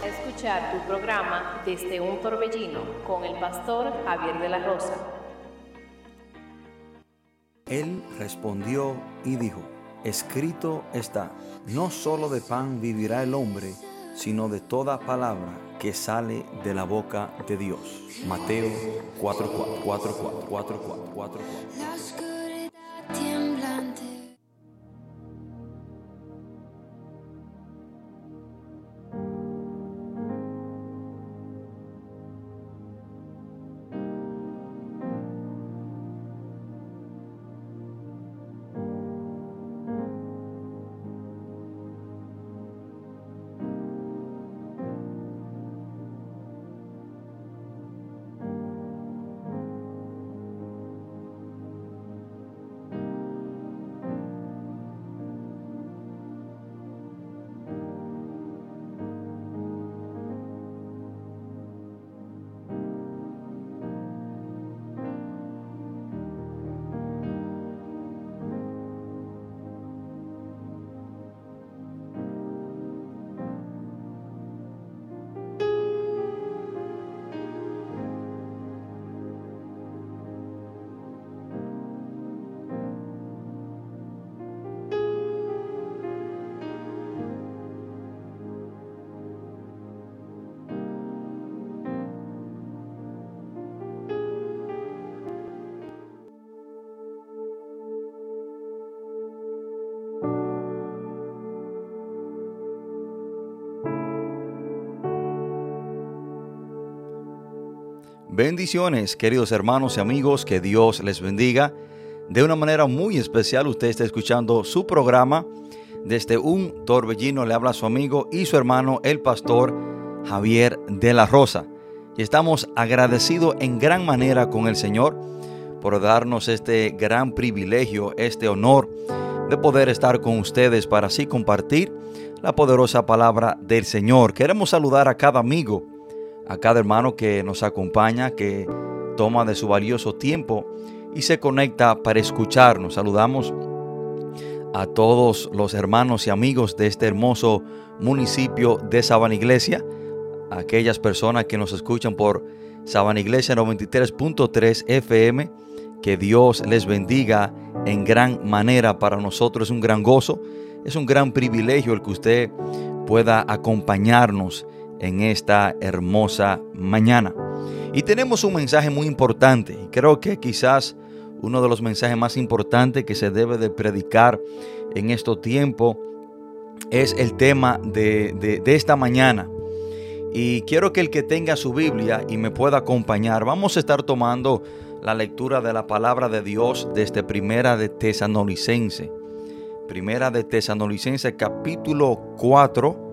Escuchar tu programa Desde un Torbellino con el pastor Javier de la Rosa. Él respondió y dijo: escrito está, no solo de pan vivirá el hombre, sino de toda palabra que sale de la boca de Dios. Mateo 4:4. La oscuridad temblante. Bendiciones, queridos hermanos y amigos, que Dios les bendiga. De una manera muy especial, usted está escuchando su programa Desde un Torbellino. Le habla a su amigo y su hermano, el pastor Javier de la Rosa. Y estamos agradecidos en gran manera con el Señor por darnos este gran privilegio, este honor de poder estar con ustedes para así compartir la poderosa palabra del Señor. Queremos saludar a cada amigo, a cada hermano que nos acompaña, que toma de su valioso tiempo y se conecta para escucharnos. Saludamos a todos los hermanos y amigos de este hermoso municipio de Sabana Iglesia, a aquellas personas que nos escuchan por Sabana Iglesia 93.3 FM. Que Dios les bendiga en gran manera. Para nosotros es un gran gozo, es un gran privilegio el que usted pueda acompañarnos en esta hermosa mañana. Y tenemos un mensaje muy importante, y creo que quizás uno de los mensajes más importantes que se debe de predicar en este tiempo es el tema de esta mañana. Y quiero que el que tenga su Biblia y me pueda acompañar, vamos a estar tomando la lectura de la palabra de Dios desde Primera de Tesalonicenses. Primera de Tesalonicenses capítulo 4.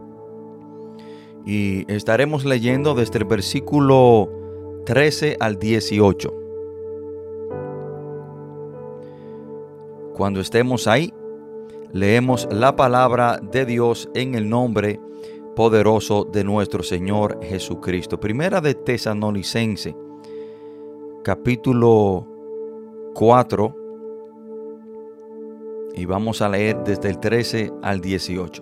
Y estaremos leyendo desde el versículo 13 al 18. Cuando estemos ahí, leemos la palabra de Dios en el nombre poderoso de nuestro Señor Jesucristo. Primera de Tesalonicenses, capítulo 4, y vamos a leer desde el 13 al 18.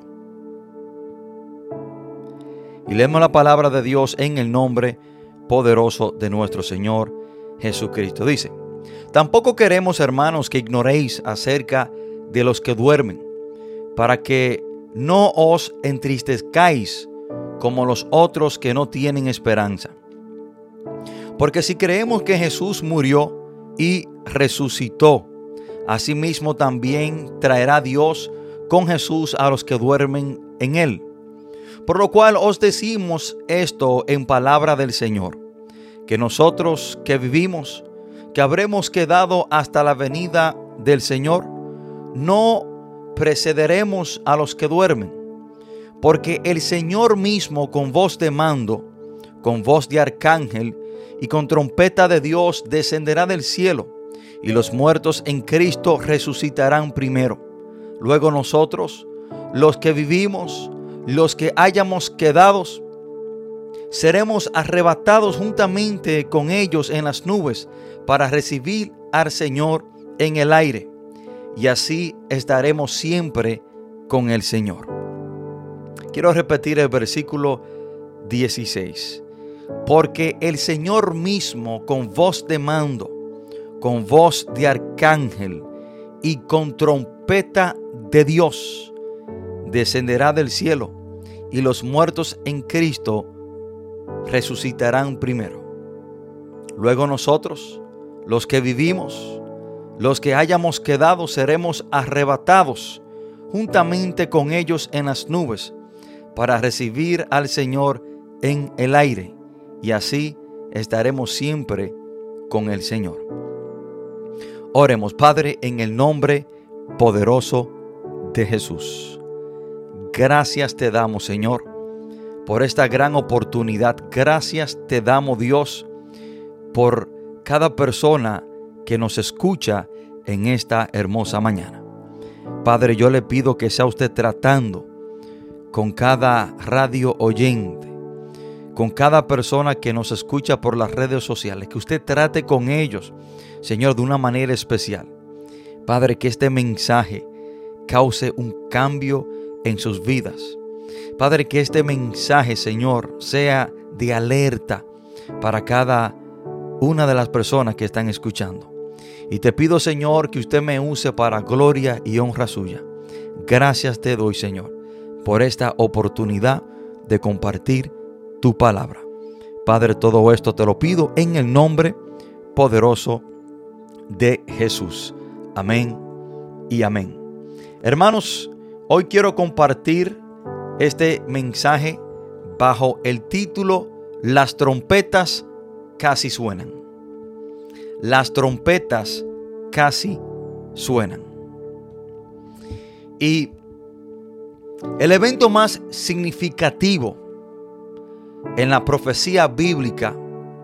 Y leemos la palabra de Dios en el nombre poderoso de nuestro Señor Jesucristo. Dice: tampoco queremos, hermanos, que ignoréis acerca de los que duermen, para que no os entristezcáis como los otros que no tienen esperanza. Porque si creemos que Jesús murió y resucitó, asimismo también traerá Dios con Jesús a los que duermen en él. Por lo cual os decimos esto en palabra del Señor, que nosotros que vivimos, que habremos quedado hasta la venida del Señor, no precederemos a los que duermen. Porque el Señor mismo, con voz de mando, con voz de arcángel y con trompeta de Dios, descenderá del cielo, y los muertos en Cristo resucitarán primero. Luego nosotros, los que vivimos, los que hayamos quedado, seremos arrebatados juntamente con ellos en las nubes para recibir al Señor en el aire, y así estaremos siempre con el Señor. Quiero repetir el versículo 16. Porque el Señor mismo, con voz de mando, con voz de arcángel y con trompeta de Dios, descenderá del cielo, y los muertos en Cristo resucitarán primero. Luego nosotros, los que vivimos, los que hayamos quedado, seremos arrebatados juntamente con ellos en las nubes para recibir al Señor en el aire, y así estaremos siempre con el Señor. Oremos. Padre, en el nombre poderoso de Jesús. Gracias te damos, Señor, por esta gran oportunidad. Gracias te damos, Dios, por cada persona que nos escucha en esta hermosa mañana. Padre, yo le pido que sea usted tratando con cada radio oyente, con cada persona que nos escucha por las redes sociales, que usted trate con ellos, Señor, de una manera especial. Padre, que este mensaje cause un cambio en sus vidas. Padre, que este mensaje, Señor, sea de alerta para cada una de las personas que están escuchando. Y te pido, Señor, que usted me use para gloria y honra suya. Gracias te doy, Señor, por esta oportunidad de compartir tu palabra. Padre, todo esto te lo pido en el nombre poderoso de Jesús. Amén y amén. Hermanos, hoy quiero compartir este mensaje bajo el título Las trompetas casi suenan. Las trompetas casi suenan. Y el evento más significativo en la profecía bíblica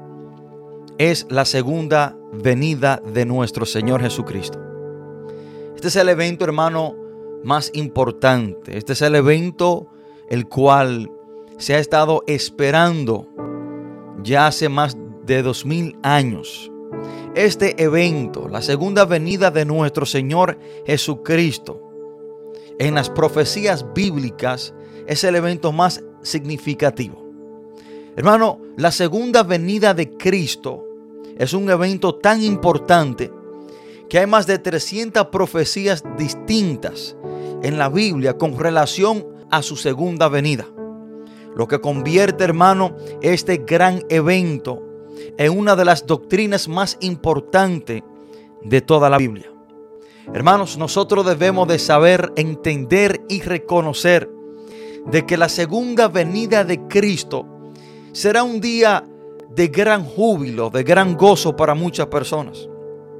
es la segunda venida de nuestro Señor Jesucristo. Este es el evento, hermano, más importante. Este es el evento el cual se ha estado esperando ya hace más de 2000 años. Este evento, la segunda venida de nuestro Señor Jesucristo, en las profecías bíblicas es el evento más significativo. Hermano, la segunda venida de Cristo es un evento tan importante que hay más de 300 profecías distintas en la Biblia con relación a su segunda venida. Lo que convierte, hermano, este gran evento en una de las doctrinas más importantes de toda la Biblia. Hermanos, nosotros debemos de saber, entender y reconocer de que la segunda venida de Cristo será un día de gran júbilo, de gran gozo para muchas personas.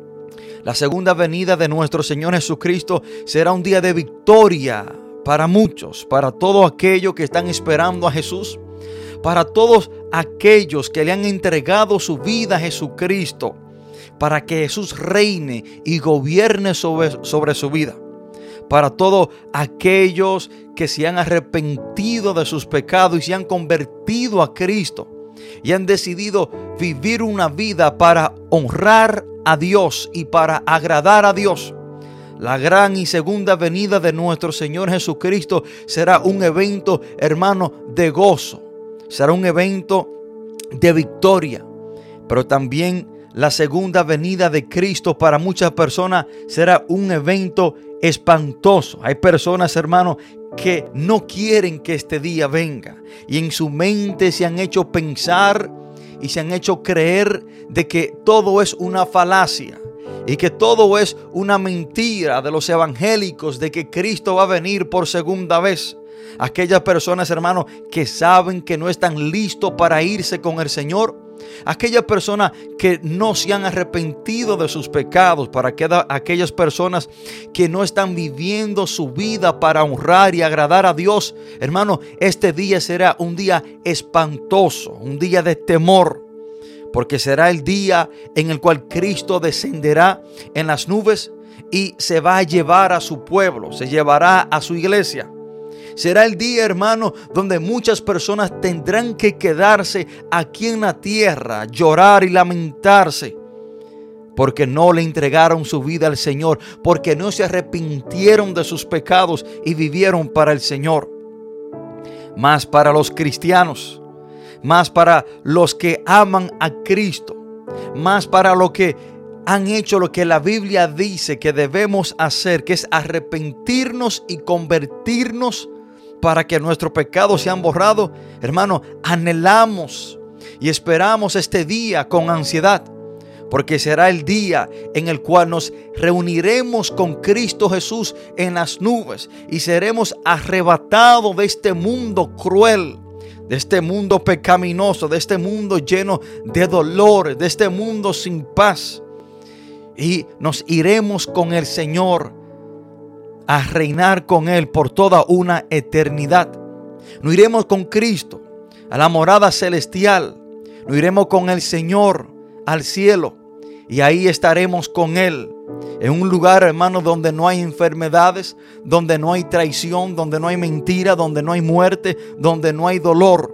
La segunda venida de nuestro Señor Jesucristo será un día de victoria para muchos, para todos aquellos que están esperando a Jesús, para todos aquellos que le han entregado su vida a Jesucristo, para que Jesús reine y gobierne sobre su vida. Para todos aquellos que se han arrepentido de sus pecados y se han convertido a Cristo y han decidido vivir una vida para honrar a Dios y para agradar a Dios. La gran y segunda venida de nuestro Señor Jesucristo será un evento, hermano, de gozo. Será un evento de victoria. Pero también la segunda venida de Cristo para muchas personas será un evento espantoso. Hay personas, hermano, que no quieren que este día venga. Y en su mente se han hecho pensar y se han hecho creer de que todo es una falacia. Y que todo es una mentira de los evangélicos de que Cristo va a venir por segunda vez. Aquellas personas, hermanos, que saben que no están listos para irse con el Señor. Aquellas personas que no se han arrepentido de sus pecados. Para aquellas personas que no están viviendo su vida para honrar y agradar a Dios. Hermano, este día será un día espantoso, un día de temor. Porque será el día en el cual Cristo descenderá en las nubes y se va a llevar a su pueblo, se llevará a su iglesia. Será el día, hermano, donde muchas personas tendrán que quedarse aquí en la tierra, llorar y lamentarse, porque no le entregaron su vida al Señor, porque no se arrepintieron de sus pecados y vivieron para el Señor. Mas para los cristianos, más para los que aman a Cristo, más para los que han hecho lo que la Biblia dice que debemos hacer, que es arrepentirnos y convertirnos para que nuestros pecados sean borrados. Hermano, anhelamos y esperamos este día con ansiedad, porque será el día en el cual nos reuniremos con Cristo Jesús en las nubes y seremos arrebatados de este mundo cruel, de este mundo pecaminoso, de este mundo lleno de dolores, de este mundo sin paz. Y nos iremos con el Señor a reinar con Él por toda una eternidad. Nos iremos con Cristo a la morada celestial. Nos iremos con el Señor al cielo. Y ahí estaremos con Él. En un lugar, hermano, donde no hay enfermedades, donde no hay traición, donde no hay mentira, donde no hay muerte, donde no hay dolor.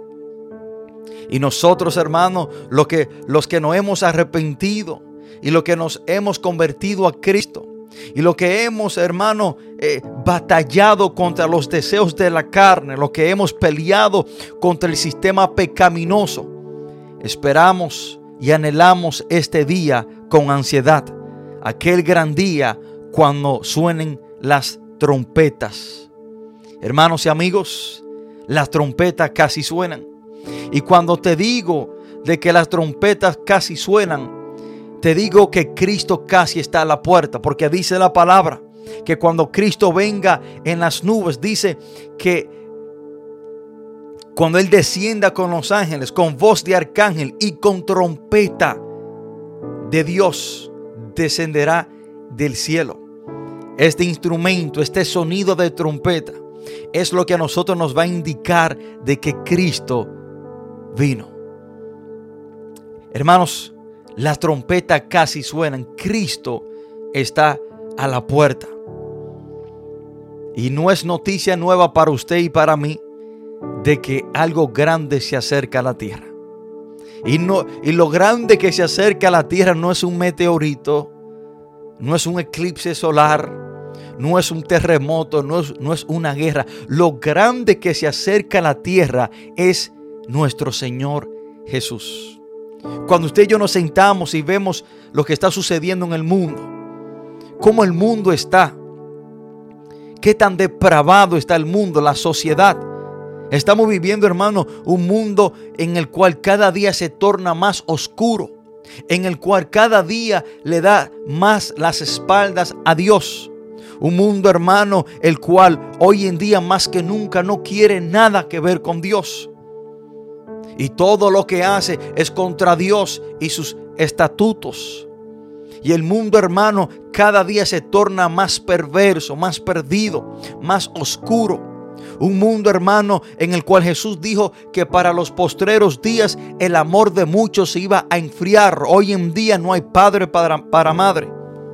Y nosotros, hermano, los que nos hemos arrepentido y los que nos hemos convertido a Cristo y lo que hemos, hermano, batallado contra los deseos de la carne, lo que hemos peleado contra el sistema pecaminoso, esperamos y anhelamos este día con ansiedad, aquel gran día cuando suenen las trompetas. Hermanos y amigos, las trompetas casi suenan. Y cuando te digo de que las trompetas casi suenan, te digo que Cristo casi está a la puerta, porque dice la palabra que cuando Cristo venga en las nubes, dice que cuando Él descienda con los ángeles, con voz de arcángel y con trompeta de Dios, descenderá del cielo. Este instrumento, este sonido de trompeta, es lo que a nosotros nos va a indicar de que Cristo vino. Hermanos, las trompetas casi suenan. Cristo está a la puerta. Y no es noticia nueva para usted y para mí de que algo grande se acerca a la tierra. Y lo grande que se acerca a la tierra no es un meteorito, no es un eclipse solar, no es un terremoto, no es una guerra. Lo grande que se acerca a la tierra es nuestro Señor Jesús. Cuando usted y yo nos sentamos y vemos lo que está sucediendo en el mundo, cómo el mundo está, qué tan depravado está el mundo, la sociedad. Estamos viviendo, hermano, un mundo en el cual cada día se torna más oscuro, en el cual cada día le da más las espaldas a Dios. Un mundo, hermano, el cual hoy en día más que nunca no quiere nada que ver con Dios. Y todo lo que hace es contra Dios y sus estatutos. Y el mundo, hermano, cada día se torna más perverso, más perdido, más oscuro. Un mundo, hermano, en el cual Jesús dijo que para los postreros días el amor de muchos se iba a enfriar. Hoy en día no hay padre para madre.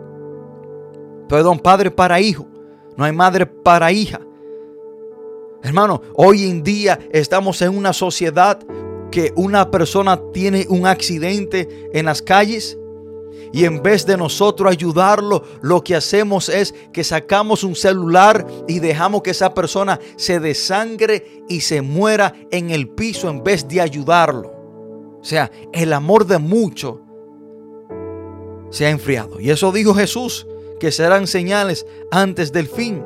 Padre para hijo. No hay madre para hija. Hermano, hoy en día estamos en una sociedad que una persona tiene un accidente en las calles y en vez de nosotros ayudarlo, lo que hacemos es que sacamos un celular y dejamos que esa persona se desangre y se muera en el piso en vez de ayudarlo. O sea, el amor de muchos se ha enfriado. Y eso dijo Jesús, que serán señales antes del fin.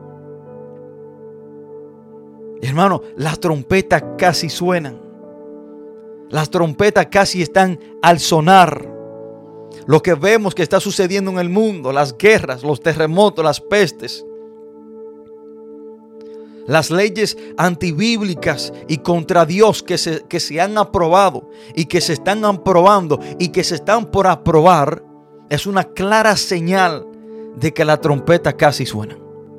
Y hermano, las trompetas casi suenan. Las trompetas casi están al sonar. Lo que vemos que está sucediendo en el mundo, las guerras, los terremotos, las pestes, las leyes antibíblicas y contra Dios que se han aprobado y que se están aprobando y que se están por aprobar, es una clara señal de que la trompeta casi suena.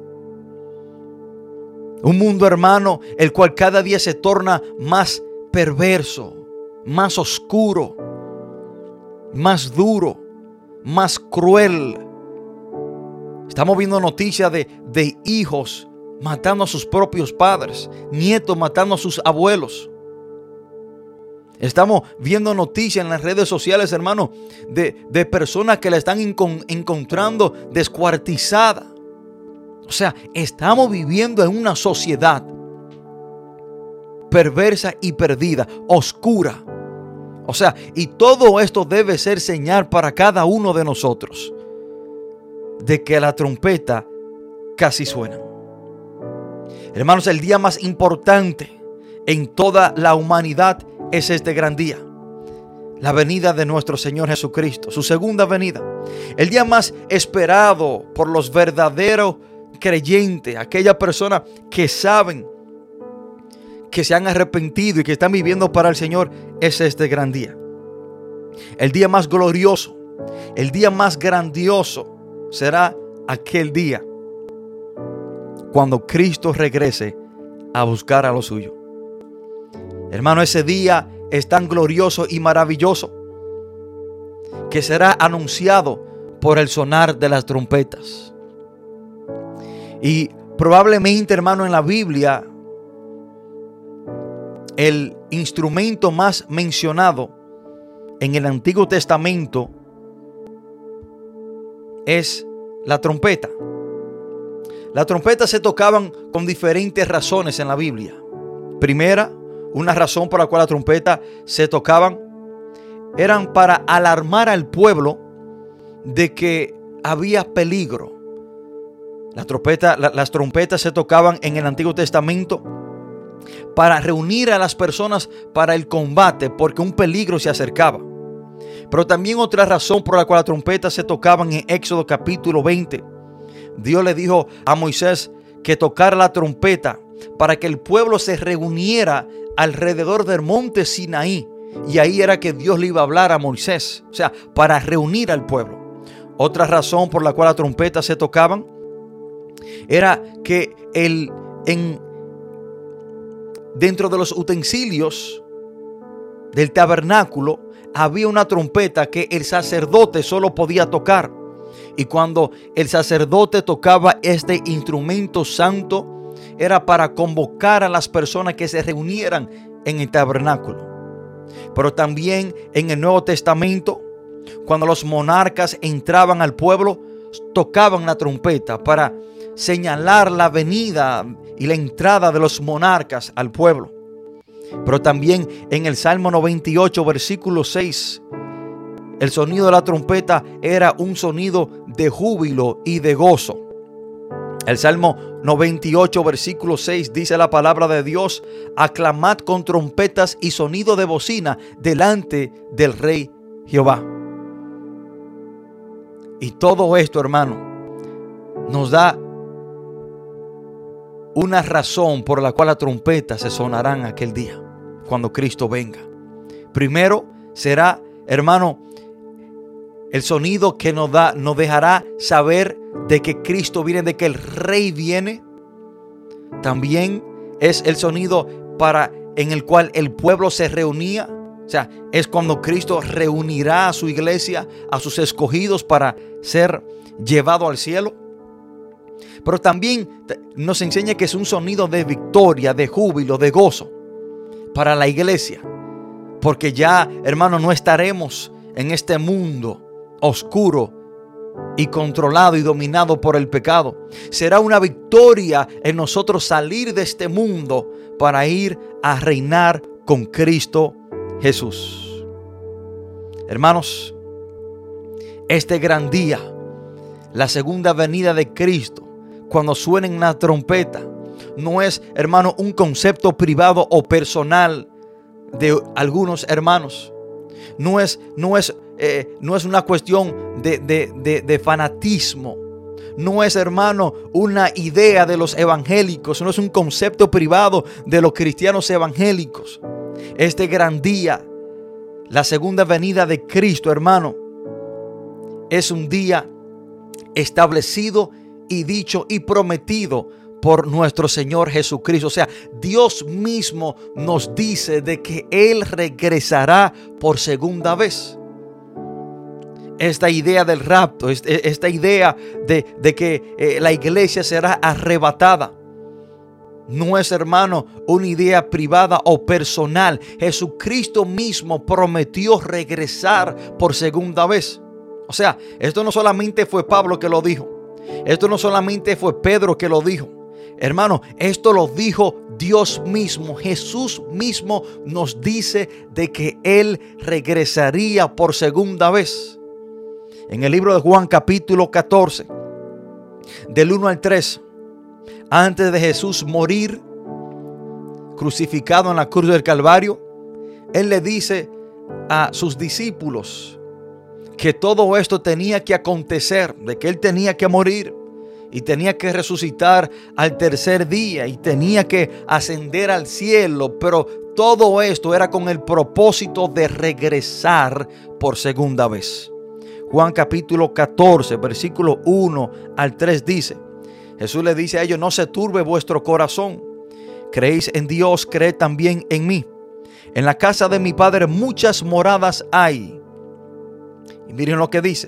Un mundo, hermano, el cual cada día se torna más perverso, más oscuro, más duro, más cruel. Estamos viendo noticias de hijos matando a sus propios padres, nietos matando a sus abuelos. Estamos viendo noticias en las redes sociales, hermano, de personas que la están encontrando descuartizada. O sea, estamos viviendo en una sociedad perversa y perdida, oscura. O sea, y todo esto debe ser señal para cada uno de nosotros de que la trompeta casi suena. Hermanos, el día más importante en toda la humanidad es este gran día. La venida de nuestro Señor Jesucristo, su segunda venida. El día más esperado por los verdaderos creyentes, aquellas personas que saben, que se han arrepentido y que están viviendo para el Señor, es este gran día. El día más glorioso, el día más grandioso será aquel día cuando Cristo regrese a buscar a lo suyo. Hermano, ese día es tan glorioso y maravilloso que será anunciado por el sonar de las trompetas. Y probablemente, hermano, en la Biblia el instrumento más mencionado en el Antiguo Testamento es la trompeta. Las trompetas se tocaban con diferentes razones en la Biblia. Primera, una razón por la cual la trompeta se tocaban eran para alarmar al pueblo de que había peligro. Las trompetas se tocaban en el Antiguo Testamento para reunir a las personas para el combate, porque un peligro se acercaba. Pero también otra razón por la cual las trompetas se tocaban en Éxodo capítulo 20. Dios le dijo a Moisés que tocara la trompeta para que el pueblo se reuniera alrededor del monte Sinaí. Y ahí era que Dios le iba a hablar a Moisés, o sea, para reunir al pueblo. Otra razón por la cual las trompetas se tocaban era que dentro de los utensilios del tabernáculo había una trompeta que el sacerdote solo podía tocar. Y cuando el sacerdote tocaba este instrumento santo, era para convocar a las personas que se reunieran en el tabernáculo. Pero también en el Nuevo Testamento, cuando los monarcas entraban al pueblo, tocaban la trompeta para señalar la venida y la entrada de los monarcas al pueblo. Pero también en el Salmo 98, versículo 6, el sonido de la trompeta era un sonido de júbilo y de gozo. El Salmo 98, versículo 6 dice la palabra de Dios: aclamad con trompetas y sonido de bocina delante del Rey Jehová. Y todo esto, hermano, nos da una razón por la cual las trompetas se sonarán aquel día, cuando Cristo venga. Primero será, hermano, el sonido que nos dejará saber de que Cristo viene, de que el Rey viene. También es el sonido en el cual el pueblo se reunía. O sea, es cuando Cristo reunirá a su iglesia, a sus escogidos, para ser llevado al cielo. Pero también nos enseña que es un sonido de victoria, de júbilo, de gozo para la iglesia. Porque ya, hermano, no estaremos en este mundo oscuro y controlado y dominado por el pecado. Será una victoria en nosotros salir de este mundo para ir a reinar con Cristo Jesús. Hermanos, este gran día, la segunda venida de Cristo, cuando suenen la trompeta, no es, hermano, un concepto privado o personal de algunos hermanos. No es una cuestión de fanatismo. No es, hermano, una idea de los evangélicos. No es un concepto privado de los cristianos evangélicos. Este gran día, la segunda venida de Cristo, hermano, es un día establecido y dicho y prometido por nuestro Señor Jesucristo. O sea, Dios mismo nos dice de que Él regresará por segunda vez. Esta idea del rapto, esta idea de que la iglesia será arrebatada, no es, hermano, una idea privada o personal. Jesucristo mismo prometió regresar por segunda vez. O sea, esto no solamente fue Pablo que lo dijo. Esto no solamente fue Pedro que lo dijo. Hermano, esto lo dijo Dios mismo. Jesús mismo nos dice de que Él regresaría por segunda vez. En el libro de Juan capítulo 14, del 1 al 3, antes de Jesús morir, crucificado en la cruz del Calvario, Él le dice a sus discípulos que todo esto tenía que acontecer, de que Él tenía que morir y tenía que resucitar al tercer día y tenía que ascender al cielo, pero todo esto era con el propósito de regresar por segunda vez. Juan capítulo 14, versículo 1 al 3 dice, Jesús le dice a ellos: no se turbe vuestro corazón, creéis en Dios, creed también en mí. En la casa de mi Padre muchas moradas hay. Y miren lo que dice: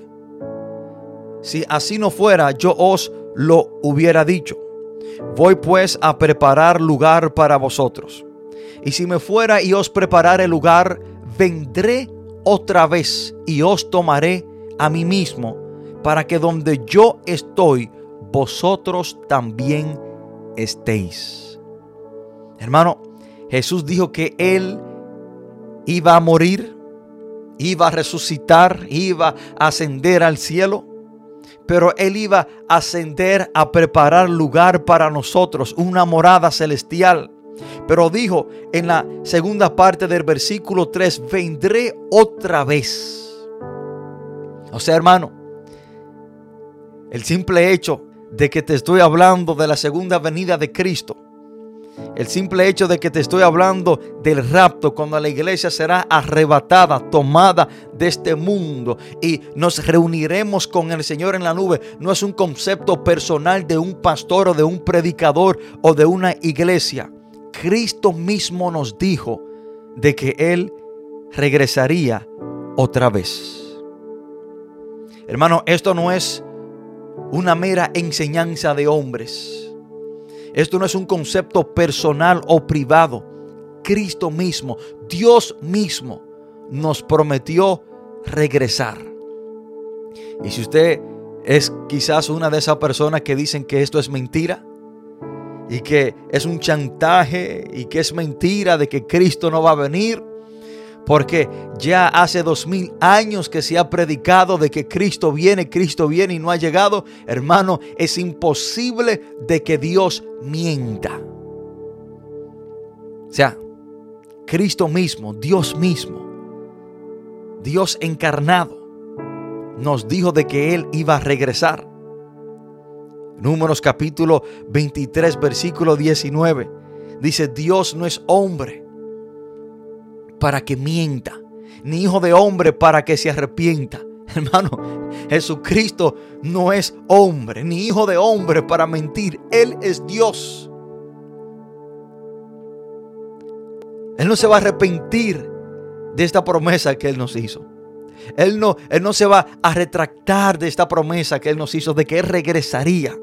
si así no fuera, yo os lo hubiera dicho. Voy pues a preparar lugar para vosotros. Y si me fuera y os preparare lugar, vendré otra vez y os tomaré a mí mismo, para que donde yo estoy, vosotros también estéis. Hermano, Jesús dijo que Él iba a morir, iba a resucitar, iba a ascender al cielo. Pero Él iba a ascender a preparar lugar para nosotros, una morada celestial. Pero dijo en la segunda parte del versículo 3, vendré otra vez. O sea, hermano, el simple hecho de que te estoy hablando de la segunda venida de Cristo, el simple hecho de que te estoy hablando del rapto, cuando la iglesia será arrebatada, tomada de este mundo y nos reuniremos con el Señor en la nube, no es un concepto personal de un pastor o de un predicador o de una iglesia. Cristo mismo nos dijo de que Él regresaría otra vez. Hermano, esto no es una mera enseñanza de hombres. Esto no es un concepto personal o privado. Cristo mismo, Dios mismo, nos prometió regresar. Y si usted es quizás una de esas personas que dicen que esto es mentira y que es un chantaje y que es mentira de que Cristo no va a venir, porque ya hace 2000 años que se ha predicado de que Cristo viene y no ha llegado. Hermano, es imposible de que Dios mienta. O sea, Cristo mismo, Dios encarnado, nos dijo de que Él iba a regresar. Números capítulo 23, versículo 19. Dice: Dios no es hombre para que mienta, ni hijo de hombre para que se arrepienta. Hermano, Jesucristo no es hombre, ni hijo de hombre para mentir. Él es Dios. Él no se va a arrepentir de esta promesa que Él nos hizo. Él no se va a retractar de esta promesa que Él nos hizo, de que Él regresaría.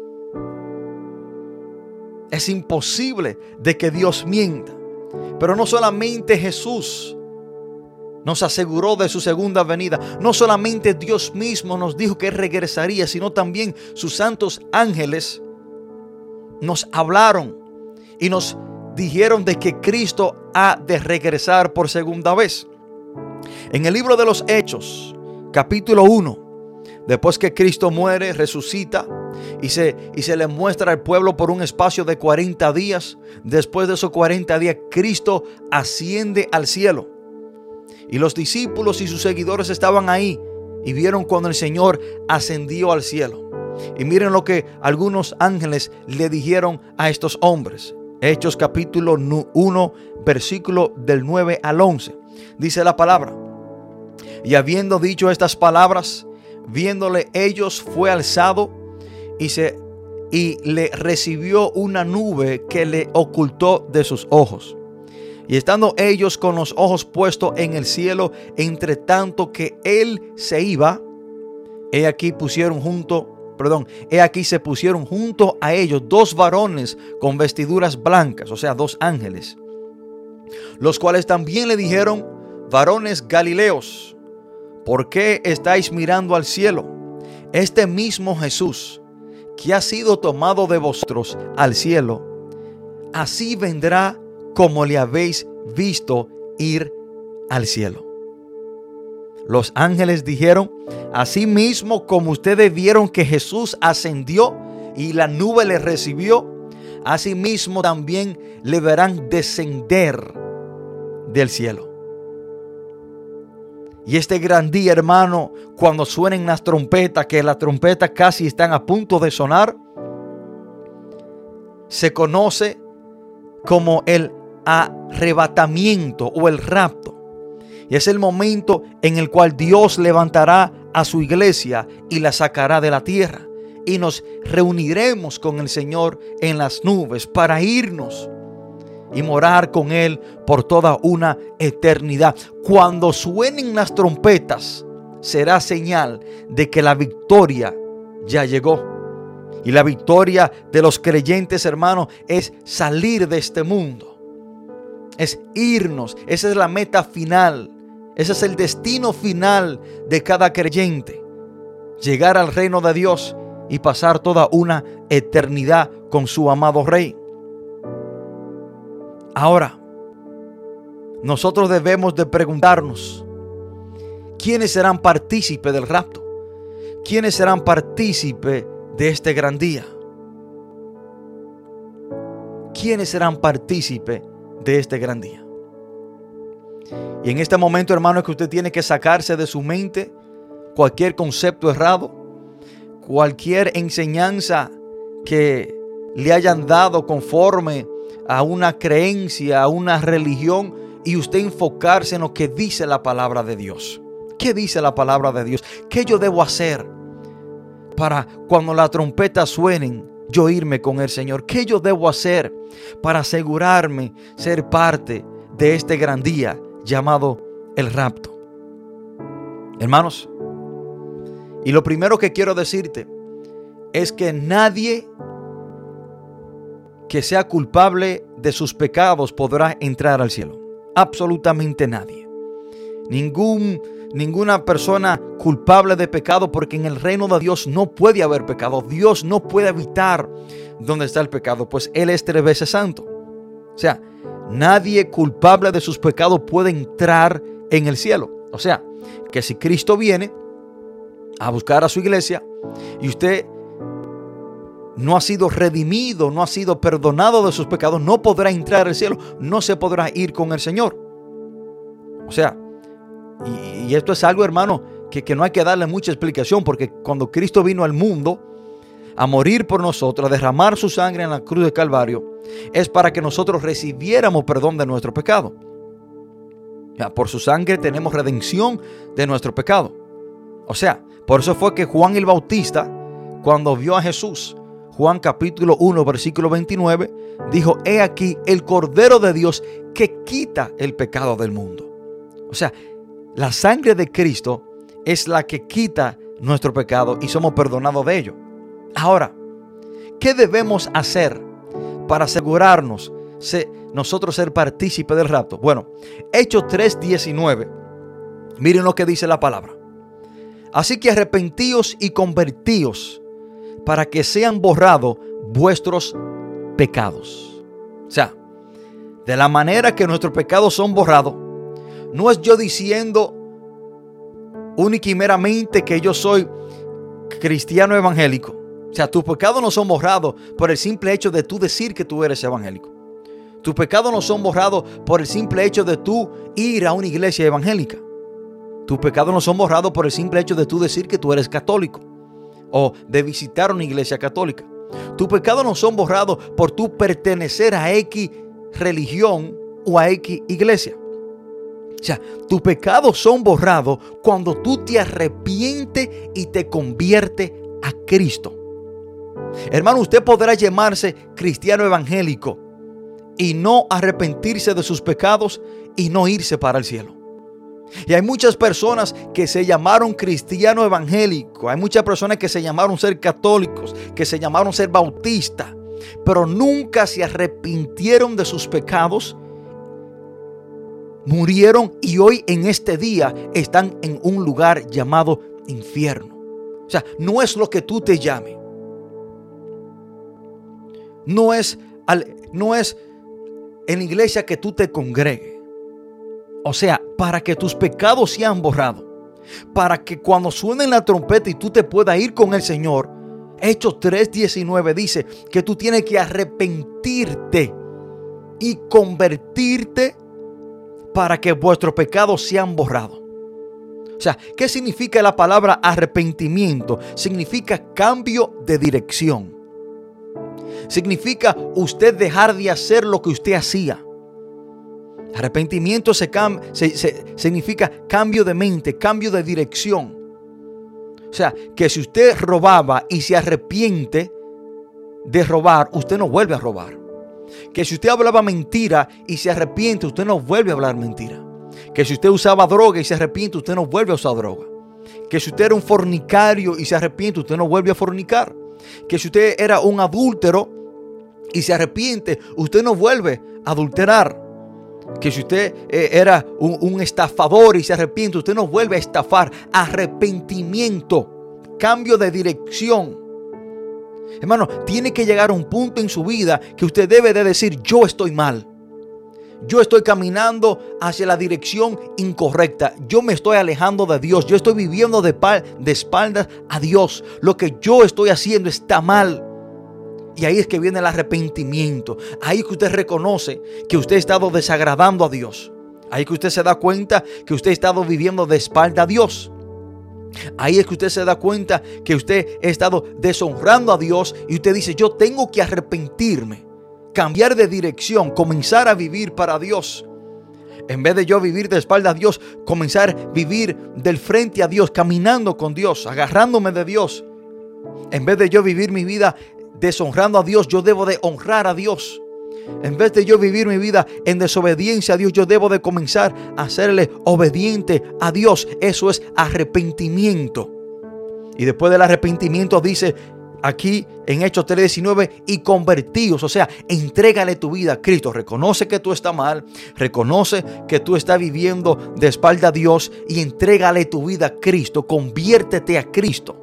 Es imposible de que Dios mienta. Pero no solamente Jesús nos aseguró de su segunda venida, no solamente Dios mismo nos dijo que Él regresaría, sino también sus santos ángeles nos hablaron y nos dijeron de que Cristo ha de regresar por segunda vez. En el libro de los Hechos, capítulo 1, después que Cristo muere, resucita y se le muestra al pueblo por un espacio de 40 días. Después de esos 40 días, Cristo asciende al cielo. Y los discípulos y sus seguidores estaban ahí y vieron cuando el Señor ascendió al cielo. Y miren lo que algunos ángeles le dijeron a estos hombres. Hechos capítulo 1, versículo del 9 al 11. Dice la palabra: y habiendo dicho estas palabras, viéndole ellos, fue alzado y le recibió una nube que le ocultó de sus ojos. Y estando ellos con los ojos puestos en el cielo, entre tanto que él se iba, he aquí se pusieron junto a ellos dos varones con vestiduras blancas, o sea, dos ángeles, los cuales también le dijeron: varones Galileos, ¿por qué estáis mirando al cielo? Este mismo Jesús que ha sido tomado de vosotros al cielo, así vendrá como le habéis visto ir al cielo. Los ángeles dijeron: así mismo como ustedes vieron que Jesús ascendió y la nube le recibió, así mismo también le verán descender del cielo. Y este gran día, hermano, cuando suenen las trompetas, que las trompetas casi están a punto de sonar, se conoce como el arrebatamiento o el rapto. Y es el momento en el cual Dios levantará a su iglesia y la sacará de la tierra. Y nos reuniremos con el Señor en las nubes para irnos y morar con Él por toda una eternidad. Cuando suenen las trompetas, será señal de que la victoria ya llegó. Y la victoria de los creyentes, hermanos, es salir de este mundo. Es irnos. Esa es la meta final. Ese es el destino final de cada creyente. Llegar al reino de Dios y pasar toda una eternidad con su amado Rey. Ahora, nosotros debemos de preguntarnos: ¿quiénes serán partícipes del rapto? ¿Quiénes serán partícipes de este gran día? ¿Quiénes serán partícipes de este gran día? Y en este momento, hermano, es que usted tiene que sacarse de su mente cualquier concepto errado, cualquier enseñanza que le hayan dado conforme a una creencia, a una religión, y usted enfocarse en lo que dice la palabra de Dios. ¿Qué dice la palabra de Dios? ¿Qué yo debo hacer para cuando las trompetas suenen, yo irme con el Señor? ¿Qué yo debo hacer para asegurarme ser parte de este gran día llamado el rapto? Hermanos, y lo primero que quiero decirte es que nadie que sea culpable de sus pecados podrá entrar al cielo. Absolutamente nadie. Ninguna persona culpable de pecado, porque en el reino de Dios no puede haber pecado. Dios no puede habitar donde está el pecado, pues Él es 3 veces santo. O sea, nadie culpable de sus pecados puede entrar en el cielo. O sea, que si Cristo viene a buscar a su iglesia y usted no ha sido redimido, no ha sido perdonado de sus pecados, no podrá entrar al cielo, no se podrá ir con el Señor. O sea, y esto es algo, hermano, que no hay que darle mucha explicación, porque cuando Cristo vino al mundo a morir por nosotros, a derramar su sangre en la cruz de Calvario, es para que nosotros recibiéramos perdón de nuestro pecado. Por su sangre tenemos redención de nuestro pecado. O sea, por eso fue que Juan el Bautista, cuando vio a Jesús, Juan capítulo 1 versículo 29, dijo: he aquí el Cordero de Dios que quita el pecado del mundo. O sea, la sangre de Cristo es la que quita nuestro pecado y somos perdonados de ello. Ahora, ¿qué debemos hacer para asegurarnos nosotros ser partícipes del rapto? Bueno, Hechos 3:19, miren lo que dice la palabra. Así que arrepentíos y convertíos para que sean borrados vuestros pecados. O sea, de la manera que nuestros pecados son borrados, no es yo diciendo única y meramente que yo soy cristiano evangélico. O sea, tus pecados no son borrados por el simple hecho de tú decir que tú eres evangélico. Tus pecados no son borrados por el simple hecho de tú ir a una iglesia evangélica. Tus pecados no son borrados por el simple hecho de tú decir que tú eres católico o de visitar una iglesia católica. Tus pecados no son borrados por tú pertenecer a X religión o a X iglesia. O sea, tus pecados son borrados cuando tú te arrepientes y te conviertes a Cristo. Hermano, usted podrá llamarse cristiano evangélico y no arrepentirse de sus pecados y no irse para el cielo. Y hay muchas personas que se llamaron cristiano evangélico, hay muchas personas que se llamaron ser católicos, que se llamaron ser bautistas, pero nunca se arrepintieron de sus pecados, murieron y hoy en este día están en un lugar llamado infierno. O sea, no es lo que tú te llames, No es en la iglesia que tú te congregues. O sea, para que tus pecados sean borrados. Para que cuando suene la trompeta y tú te puedas ir con el Señor. Hechos 3:19 dice que tú tienes que arrepentirte y convertirte para que vuestros pecados sean borrados. O sea, ¿qué significa la palabra arrepentimiento? Significa cambio de dirección. Significa usted dejar de hacer lo que usted hacía. Arrepentimiento significa cambio de mente, cambio de dirección. O sea, que si usted robaba y se arrepiente de robar, usted no vuelve a robar. Que si usted hablaba mentira y se arrepiente, usted no vuelve a hablar mentira. Que si usted usaba droga y se arrepiente, usted no vuelve a usar droga. Que si usted era un fornicario y se arrepiente, usted no vuelve a fornicar. Que si usted era un adúltero y se arrepiente, usted no vuelve a adulterar. Que si usted era un estafador y se arrepiente, usted no vuelve a estafar. Arrepentimiento, cambio de dirección. Hermano, tiene que llegar a un punto en su vida que usted debe de decir: yo estoy mal. Yo estoy caminando hacia la dirección incorrecta. Yo me estoy alejando de Dios. Yo estoy viviendo de espaldas a Dios. Lo que yo estoy haciendo está mal. Y ahí es que viene el arrepentimiento. Ahí es que usted reconoce que usted ha estado desagradando a Dios. Ahí es que usted se da cuenta que usted ha estado viviendo de espalda a Dios. Ahí es que usted se da cuenta que usted ha estado deshonrando a Dios. Y usted dice: yo tengo que arrepentirme, cambiar de dirección, comenzar a vivir para Dios. En vez de yo vivir de espalda a Dios, comenzar a vivir del frente a Dios, caminando con Dios, agarrándome de Dios. En vez de yo vivir mi vida deshonrando a Dios, yo debo de honrar a Dios. En vez de yo vivir mi vida en desobediencia a Dios, yo debo de comenzar a serle obediente a Dios. Eso es arrepentimiento. Y después del arrepentimiento dice aquí en Hechos 3:19: y convertíos. O sea, entrégale tu vida a Cristo. Reconoce que tú estás mal. Reconoce que tú estás viviendo de espalda a Dios. Y entrégale tu vida a Cristo. Conviértete a Cristo.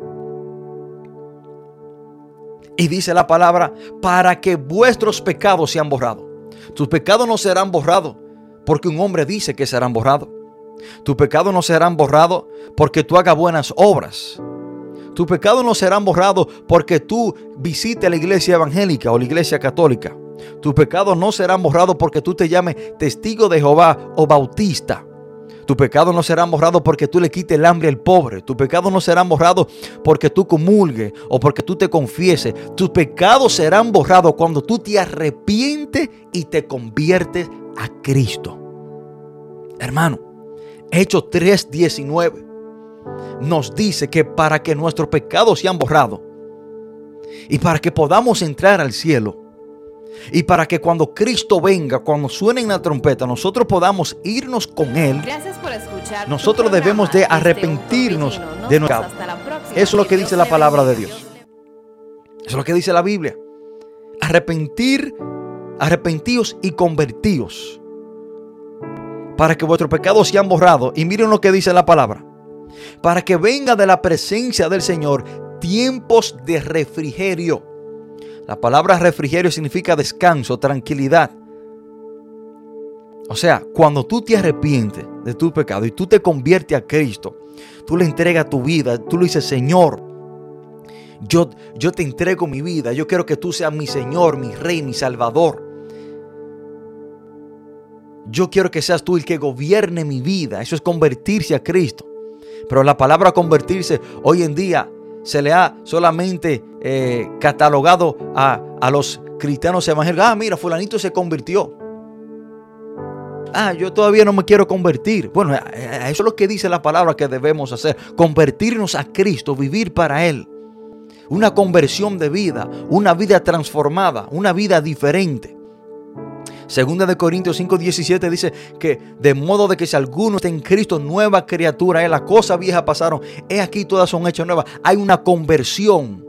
Y dice la palabra: para que vuestros pecados sean borrados. Tus pecados no serán borrados porque un hombre dice que serán borrados. Tus pecados no serán borrados porque tú hagas buenas obras. Tus pecados no serán borrados porque tú visites la iglesia evangélica o la iglesia católica. Tus pecados no serán borrados porque tú te llames testigo de Jehová o bautista. Tus pecados no serán borrados porque tú le quites el hambre al pobre. Tus pecados no serán borrados porque tú comulgues o porque tú te confieses. Tus pecados serán borrados cuando tú te arrepientes y te conviertes a Cristo. Hermano, Hechos 3:19 nos dice que para que nuestros pecados sean borrados y para que podamos entrar al cielo, y para que cuando Cristo venga, cuando suene la trompeta, nosotros podamos irnos con Él. Gracias por escuchar. Nosotros debemos de arrepentirnos de nuestro pecado. Eso es lo que dice la palabra de Dios. Eso es lo que dice la Biblia. Arrepentíos y convertíos para que vuestros pecados sean borrados. Y miren lo que dice la palabra: para que venga de la presencia del Señor tiempos de refrigerio. La palabra refrigerio significa descanso, tranquilidad. O sea, cuando tú te arrepientes de tu pecado y tú te conviertes a Cristo, tú le entregas tu vida, tú le dices: Señor, yo te entrego mi vida, yo quiero que tú seas mi Señor, mi Rey, mi Salvador. Yo quiero que seas tú el que gobierne mi vida. Eso es convertirse a Cristo. Pero la palabra convertirse hoy en día se le ha solamente catalogado a los cristianos evangélicos. Mira, fulanito se convirtió. Yo todavía no me quiero convertir. Bueno, eso es lo que dice la palabra que debemos hacer. Convertirnos a Cristo, vivir para Él. Una conversión de vida, una vida transformada, una vida diferente. Segunda de Corintios 5:17 dice que de modo de que si alguno está en Cristo, nueva criatura es. Las cosas viejas pasaron, he aquí todas son hechas nuevas. Hay una conversión,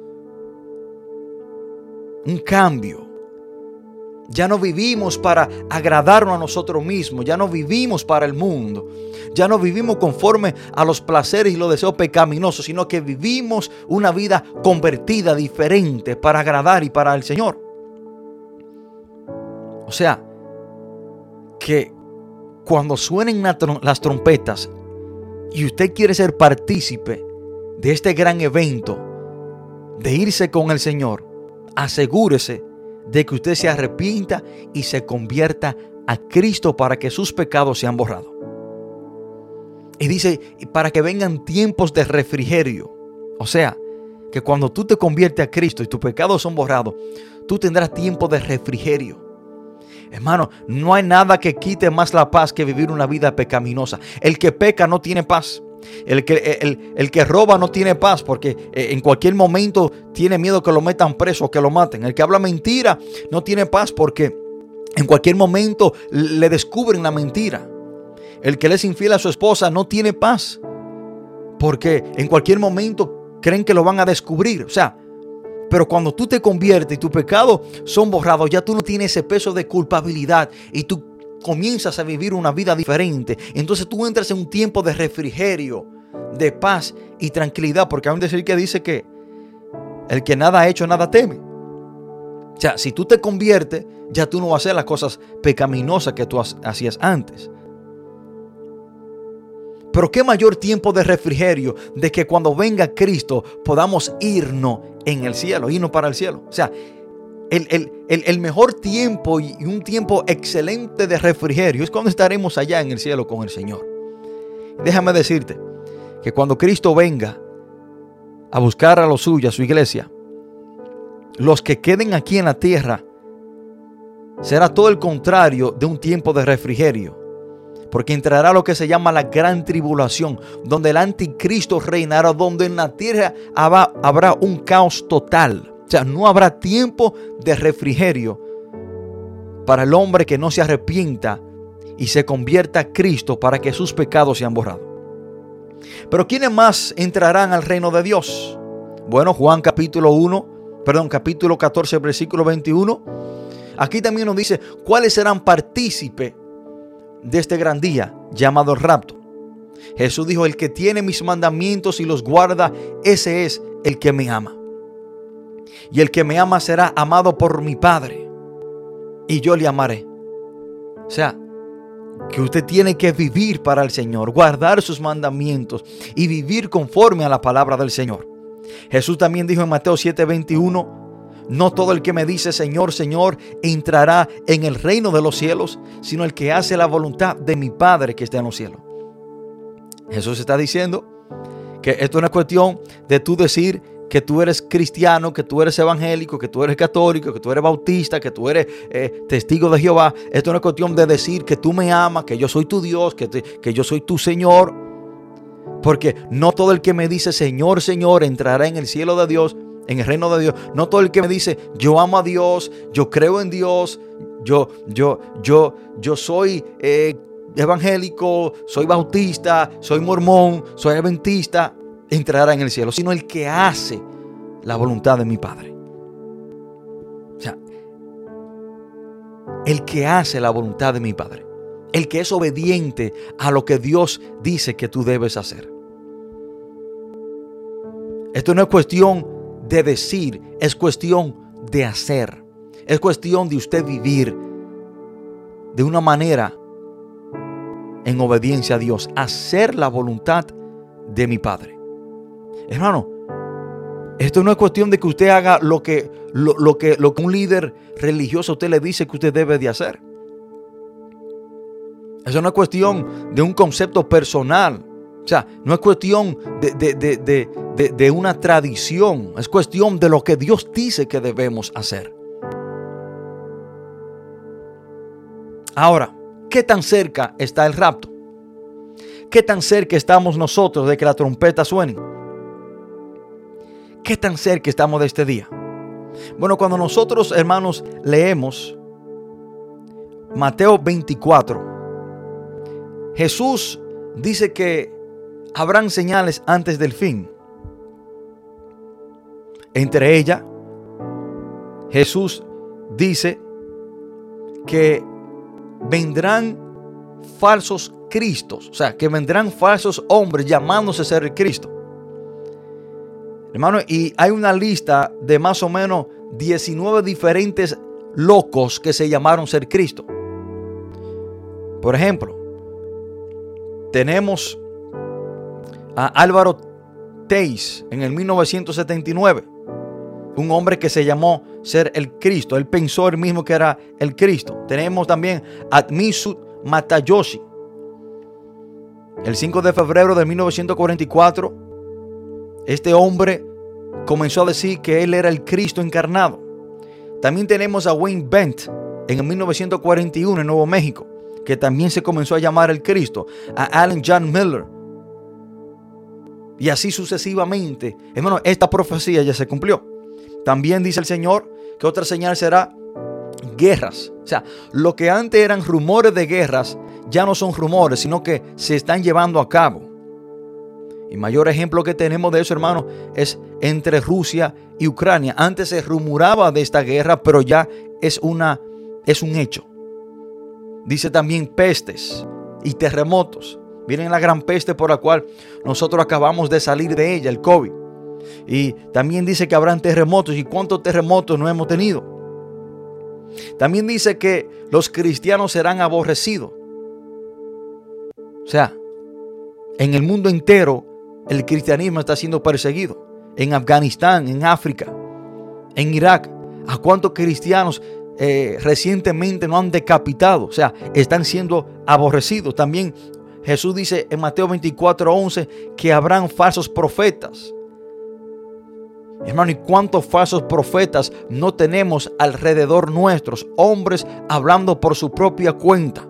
un cambio. Ya no vivimos para agradarnos a nosotros mismos. Ya no vivimos para el mundo. Ya no vivimos conforme a los placeres y los deseos pecaminosos, sino que vivimos una vida convertida, diferente, para agradar y para el Señor. O sea, que cuando suenen las trompetas y usted quiere ser partícipe de este gran evento de irse con el Señor, asegúrese de que usted se arrepienta y se convierta a Cristo para que sus pecados sean borrados. Y dice, para que vengan tiempos de refrigerio. O sea, que cuando tú te conviertes a Cristo y tus pecados son borrados, tú tendrás tiempo de refrigerio. Hermano, no hay nada que quite más la paz que vivir una vida pecaminosa. El que peca no tiene paz. El que roba no tiene paz porque en cualquier momento tiene miedo que lo metan preso o que lo maten. El que habla mentira no tiene paz porque en cualquier momento le descubren la mentira. El que le es infiel a su esposa no tiene paz porque en cualquier momento creen que lo van a descubrir. O sea, pero cuando tú te conviertes y tus pecados son borrados, ya tú no tienes ese peso de culpabilidad y tú comienzas a vivir una vida diferente. Entonces tú entras en un tiempo de refrigerio, de paz y tranquilidad, porque hay un decir que dice que el que nada ha hecho, nada teme. O sea, si tú te conviertes, ya tú no vas a hacer las cosas pecaminosas que tú hacías antes. Pero qué mayor tiempo de refrigerio de que cuando venga Cristo podamos irnos en el cielo, irnos para el cielo. O sea, el mejor tiempo y un tiempo excelente de refrigerio es cuando estaremos allá en el cielo con el Señor. Déjame decirte que cuando Cristo venga a buscar a los suyos, a su iglesia, los que queden aquí en la tierra será todo el contrario de un tiempo de refrigerio. Porque entrará lo que se llama la gran tribulación, donde el anticristo reinará, donde en la tierra habrá un caos total. O sea, no habrá tiempo de refrigerio para el hombre que no se arrepienta y se convierta a Cristo para que sus pecados sean borrados. Pero ¿quiénes más entrarán al reino de Dios? Bueno, Juan capítulo 14, versículo 21. Aquí también nos dice cuáles serán partícipes de este gran día llamado el rapto. Jesús dijo: el que tiene mis mandamientos y los guarda, ese es el que me ama. Y el que me ama será amado por mi Padre, y yo le amaré. O sea, que usted tiene que vivir para el Señor, guardar sus mandamientos y vivir conforme a la palabra del Señor. Jesús también dijo en Mateo 7:21: no todo el que me dice Señor, Señor entrará en el reino de los cielos, sino el que hace la voluntad de mi Padre que está en los cielos. Jesús está diciendo que esto no es cuestión de tú decir que tú eres cristiano, que tú eres evangélico, que tú eres católico, que tú eres bautista, que tú eres testigo de Jehová. Esto no es cuestión de decir que tú me amas, que yo soy tu Dios, que yo soy tu Señor. Porque no todo el que me dice Señor, Señor entrará en el cielo de Dios, en el reino de Dios. No todo el que me dice yo amo a Dios, yo creo en Dios, yo soy evangélico, soy bautista, soy mormón, soy adventista, entrará en el cielo, sino el que hace la voluntad de mi Padre. O sea, el que hace la voluntad de mi Padre, el que es obediente a lo que Dios dice que tú debes hacer. Esto no es cuestión de decir, es cuestión de hacer. Es cuestión de usted vivir de una manera en obediencia a Dios, hacer la voluntad de mi Padre. Hermano, esto no es cuestión de que usted haga lo que un líder religioso a usted le dice que usted debe de hacer. Eso no es cuestión de un concepto personal. O sea, no es cuestión de una tradición. Es cuestión de lo que Dios dice que debemos hacer. Ahora, ¿qué tan cerca está el rapto? ¿Qué tan cerca estamos nosotros de que la trompeta suene? ¿Qué tan cerca estamos de este día? Bueno, cuando nosotros, hermanos, leemos Mateo 24, Jesús dice que habrán señales antes del fin. Entre ellas, Jesús dice que vendrán falsos cristos, o sea, que vendrán falsos hombres llamándose ser el Cristo. Hermano, y hay una lista de más o menos 19 diferentes locos que se llamaron ser Cristo. Por ejemplo, tenemos a Álvaro Teis en el 1979, un hombre que se llamó ser el Cristo. Él pensó él mismo que era el Cristo. Tenemos también a Mitsu Matayoshi. El 5 de febrero de 1944, este hombre comenzó a decir que él era el Cristo encarnado. También tenemos a Wayne Bent en el 1941 en Nuevo México, que también se comenzó a llamar el Cristo. A Allen John Miller. Y así sucesivamente. Hermano, esta profecía ya se cumplió. También dice el Señor que otra señal será guerras. O sea, lo que antes eran rumores de guerras ya no son rumores, sino que se están llevando a cabo. Y mayor ejemplo que tenemos de eso, hermano, es entre Rusia y Ucrania. Antes se rumoraba de esta guerra, pero ya es un hecho. Dice también pestes y terremotos. Miren la gran peste por la cual nosotros acabamos de salir de ella, el COVID. Y también dice que habrán terremotos. ¿Y cuántos terremotos no hemos tenido? También dice que los cristianos serán aborrecidos. O sea, en el mundo entero el cristianismo está siendo perseguido. En Afganistán, en África, en Irak. ¿A cuántos cristianos recientemente no han decapitado? O sea, están siendo aborrecidos. También Jesús dice en Mateo 24:11 que habrán falsos profetas. Hermano, ¿y cuántos falsos profetas no tenemos alrededor nuestros? Hombres hablando por su propia cuenta.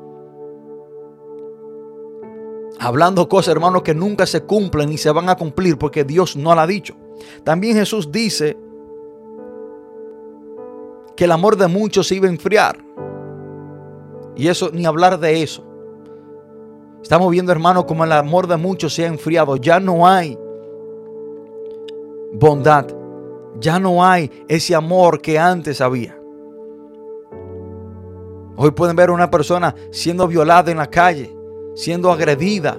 Hablando cosas, hermano, que nunca se cumplen ni se van a cumplir porque Dios no la ha dicho. También Jesús dice que el amor de muchos se iba a enfriar. Y eso, ni hablar de eso. Estamos viendo, hermano, como el amor de muchos se ha enfriado. Ya no hay bondad. Ya no hay ese amor que antes había. Hoy pueden ver a una persona siendo violada en la calle, siendo agredida.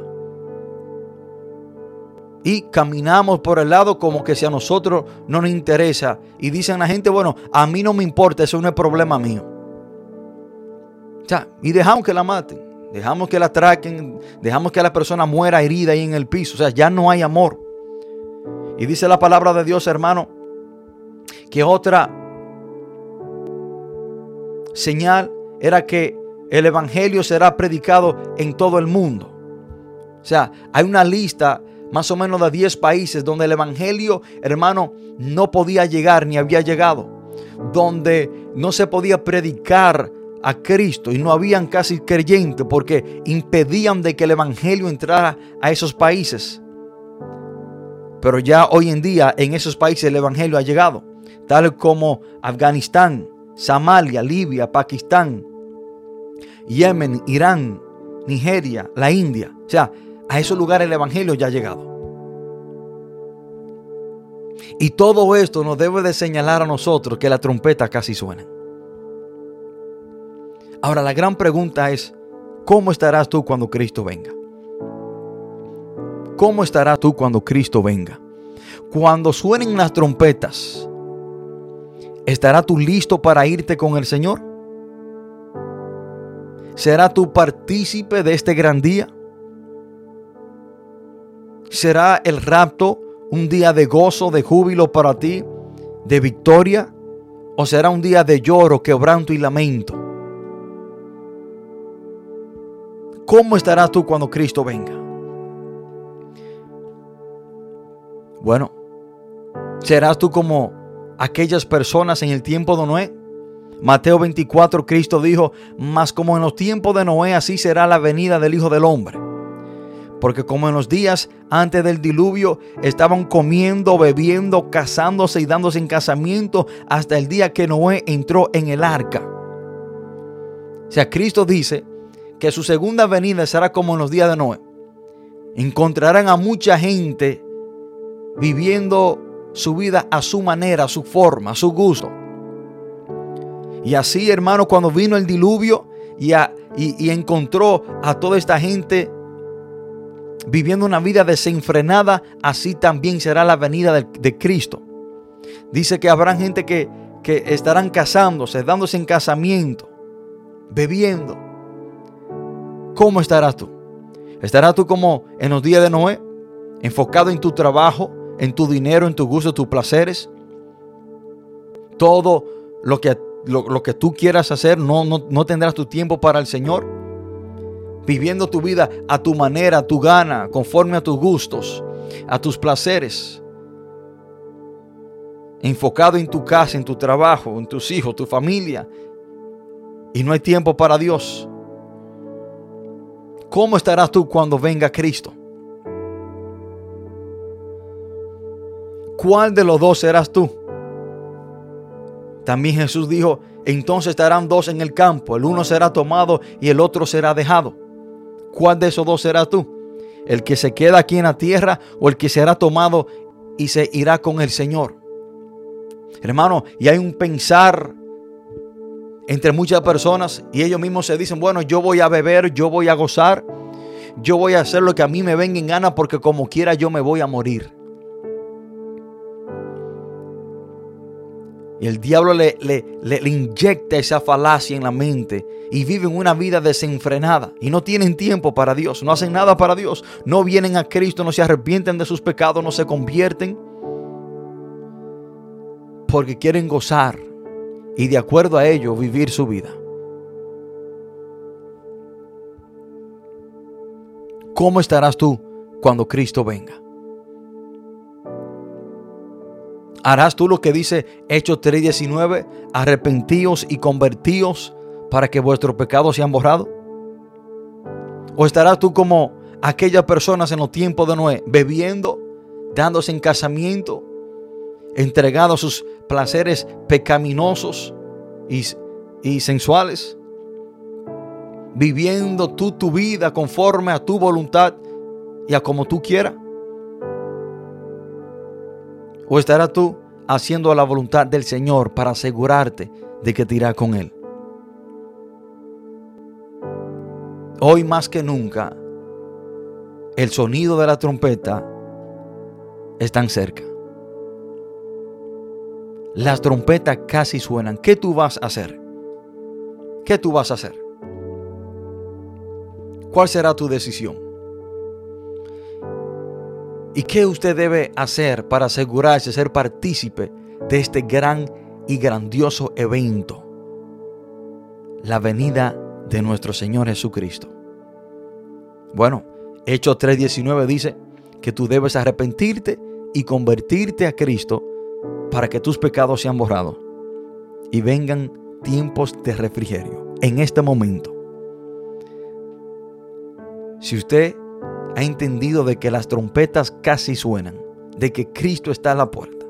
Y caminamos por el lado como que si a nosotros no nos interesa. Y dicen la gente, bueno, a mí no me importa, eso no es problema mío. O sea, y dejamos que la maten. Dejamos que la atraquen, dejamos que la persona muera herida ahí en el piso. O sea, ya no hay amor. Y dice la palabra de Dios, hermano, que otra señal era que el evangelio será predicado en todo el mundo. O sea, hay una lista más o menos de 10 países donde el evangelio, hermano, no podía llegar ni había llegado. Donde no se podía predicar a Cristo y no habían casi creyentes porque impedían de que el evangelio entrara a esos países. Pero ya hoy en día en esos países el evangelio ha llegado, tal como Afganistán, Somalia, Libia, Pakistán, Yemen, Irán, Nigeria, la India. O sea, a esos lugares el evangelio ya ha llegado. Y todo esto nos debe de señalar a nosotros que la trompeta casi suena. Ahora la gran pregunta es, ¿cómo estarás tú cuando Cristo venga? ¿Cómo estarás tú cuando Cristo venga? Cuando suenen las trompetas, ¿estarás tú listo para irte con el Señor? ¿Será tú partícipe de este gran día? ¿Será el rapto un día de gozo, de júbilo para ti, de victoria? ¿O será un día de lloro, quebranto y lamento? ¿Cómo estarás tú cuando Cristo venga? Bueno, ¿serás tú como aquellas personas en el tiempo de Noé? Mateo 24, Cristo dijo, mas como en los tiempos de Noé, así será la venida del Hijo del Hombre. Porque como en los días antes del diluvio, estaban comiendo, bebiendo, casándose y dándose en casamiento hasta el día que Noé entró en el arca. O sea, Cristo dice que su segunda venida será como en los días de Noé. Encontrarán a mucha gente viviendo su vida a su manera, a su forma, a su gusto. Y así, hermano, cuando vino el diluvio y encontró a toda esta gente viviendo una vida desenfrenada, así también será la venida de Cristo. Dice que habrá gente que que estarán casándose, dándose en casamiento, bebiendo. ¿Cómo estarás tú? ¿Estarás tú como en los días de Noé, enfocado en tu trabajo, en tu dinero, en tu gusto, en tus placeres? Todo lo que tú quieras hacer, no tendrás tu tiempo para el Señor. Viviendo tu vida a tu manera, a tu gana, conforme a tus gustos, a tus placeres. Enfocado en tu casa, en tu trabajo, en tus hijos, tu familia. Y no hay tiempo para Dios. ¿Cómo estarás tú cuando venga Cristo? ¿Cuál de los dos serás tú? También Jesús dijo, entonces estarán dos en el campo, el uno será tomado y el otro será dejado. ¿Cuál de esos dos serás tú? ¿El que se queda aquí en la tierra o el que será tomado y se irá con el Señor? Hermano, y hay un pensar entre muchas personas y ellos mismos se dicen, bueno, yo voy a beber, yo voy a gozar, yo voy a hacer lo que a mí me venga en gana porque como quiera yo me voy a morir. Y el diablo le inyecta esa falacia en la mente y viven una vida desenfrenada y no tienen tiempo para Dios, no hacen nada para Dios, no vienen a Cristo, no se arrepienten de sus pecados, no se convierten porque quieren gozar y de acuerdo a ello vivir su vida. ¿Cómo estarás tú cuando Cristo venga? ¿Harás tú lo que dice Hechos 3:19? Arrepentíos y convertíos para que vuestros pecados sean borrados. ¿O estarás tú como aquellas personas en los tiempos de Noé, bebiendo, dándose en casamiento, entregados a sus placeres pecaminosos y sensuales, viviendo tú tu vida conforme a tu voluntad y a como tú quieras? ¿O estarás tú haciendo la voluntad del Señor para asegurarte de que te irás con Él? Hoy más que nunca, el sonido de la trompeta está cerca. Las trompetas casi suenan. ¿Qué tú vas a hacer? ¿Qué tú vas a hacer? ¿Cuál será tu decisión? ¿Y qué usted debe hacer para asegurarse de ser partícipe de este gran y grandioso evento? La venida de nuestro Señor Jesucristo. Bueno, Hechos 3:19 dice que tú debes arrepentirte y convertirte a Cristo para que tus pecados sean borrados y vengan tiempos de refrigerio. En este momento, si usted ha entendido de que las trompetas casi suenan, de que Cristo está a la puerta,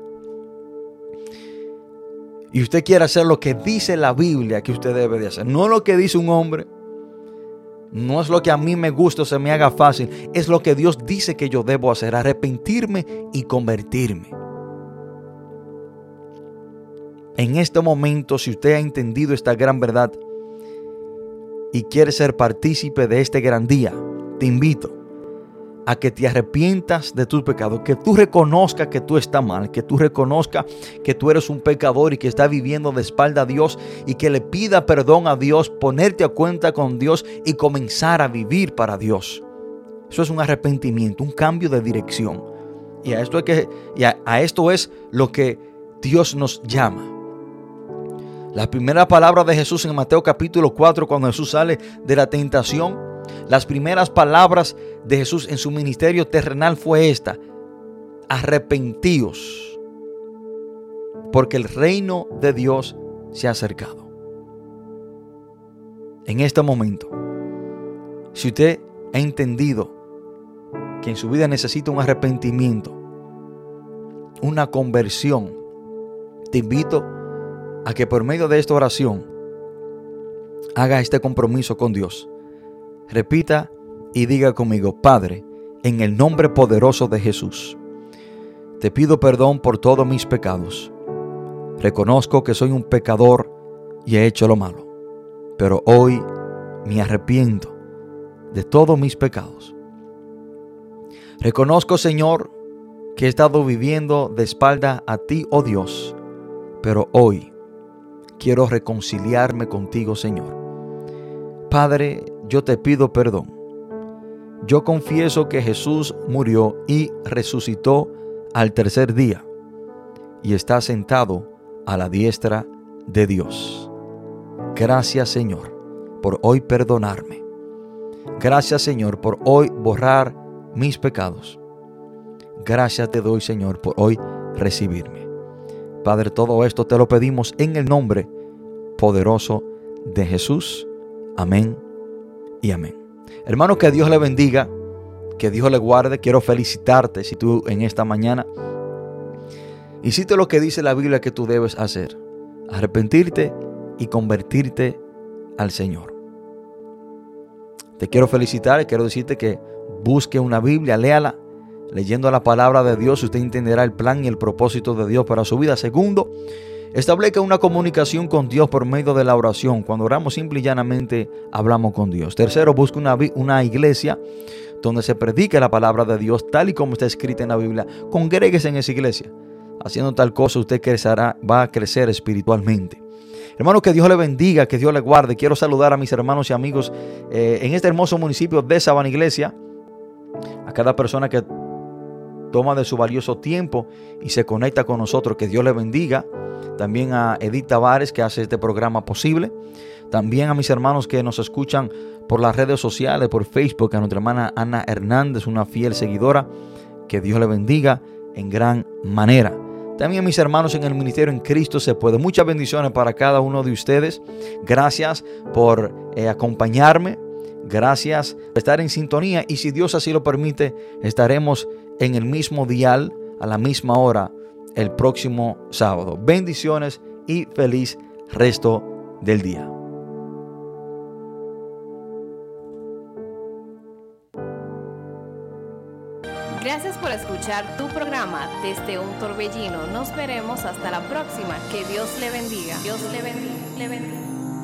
y usted quiere hacer lo que dice la Biblia que usted debe de hacer, no lo que dice un hombre, no es lo que a mí me gusta o se me haga fácil, es lo que Dios dice que yo debo hacer, arrepentirme y convertirme. En este momento, si usted ha entendido esta gran verdad y quiere ser partícipe de este gran día, te invito a que te arrepientas de tus pecados, que tú reconozcas que tú estás mal, que tú reconozcas que tú eres un pecador y que estás viviendo de espalda a Dios y que le pida perdón a Dios, ponerte a cuenta con Dios y comenzar a vivir para Dios. Eso es un arrepentimiento, un cambio de dirección. Y a esto es lo que Dios nos llama. La primera palabra de Jesús en Mateo capítulo 4, cuando Jesús sale de la tentación, las primeras palabras de Jesús en su ministerio terrenal fue esta: arrepentíos, porque el reino de Dios se ha acercado. En este momento, si usted ha entendido que en su vida necesita un arrepentimiento, una conversión, te invito a que por medio de esta oración haga este compromiso con Dios. Repita y diga conmigo: Padre, en el nombre poderoso de Jesús, te pido perdón por todos mis pecados. Reconozco que soy un pecador y he hecho lo malo, pero hoy me arrepiento de todos mis pecados. Reconozco, Señor, que he estado viviendo de espalda a ti, oh Dios, pero hoy quiero reconciliarme contigo, Señor. Padre, yo te pido perdón. Yo confieso que Jesús murió y resucitó al tercer día y está sentado a la diestra de Dios. Gracias, Señor, por hoy perdonarme. Gracias, Señor, por hoy borrar mis pecados. Gracias te doy, Señor, por hoy recibirme. Padre, todo esto te lo pedimos en el nombre poderoso de Jesús. Amén y amén. Hermano, que Dios le bendiga, que Dios le guarde. Quiero felicitarte si tú en esta mañana hiciste lo que dice la Biblia que tú debes hacer: arrepentirte y convertirte al Señor. Te quiero felicitar y quiero decirte que busque una Biblia, léala. Leyendo la palabra de Dios, usted entenderá el plan y el propósito de Dios para su vida. Segundo, establezca una comunicación con Dios por medio de la oración. Cuando oramos, simple y llanamente hablamos con Dios. Tercero, busque una iglesia donde se predique la palabra de Dios tal y como está escrita en la Biblia. Congréguese en esa iglesia. Haciendo tal cosa, usted va a crecer espiritualmente. Hermano, que Dios le bendiga, que Dios le guarde. Quiero saludar a mis hermanos y amigos en este hermoso municipio de Sabana Iglesia. A cada persona que toma de su valioso tiempo y se conecta con nosotros, que Dios le bendiga. También a Edith Tavares, que hace este programa posible. También a mis hermanos que nos escuchan por las redes sociales, por Facebook, a nuestra hermana Ana Hernández, una fiel seguidora. Que Dios le bendiga en gran manera. También a mis hermanos en el ministerio En Cristo Se Puede. Muchas bendiciones para cada uno de ustedes. Gracias por acompañarme. Gracias por estar en sintonía. Y si Dios así lo permite, estaremos en el mismo dial a la misma hora el próximo sábado. Bendiciones y feliz resto del día. Gracias por escuchar tu programa Desde un Torbellino. Nos veremos hasta la próxima. Que Dios le bendiga. Dios le bendiga. Le bendiga.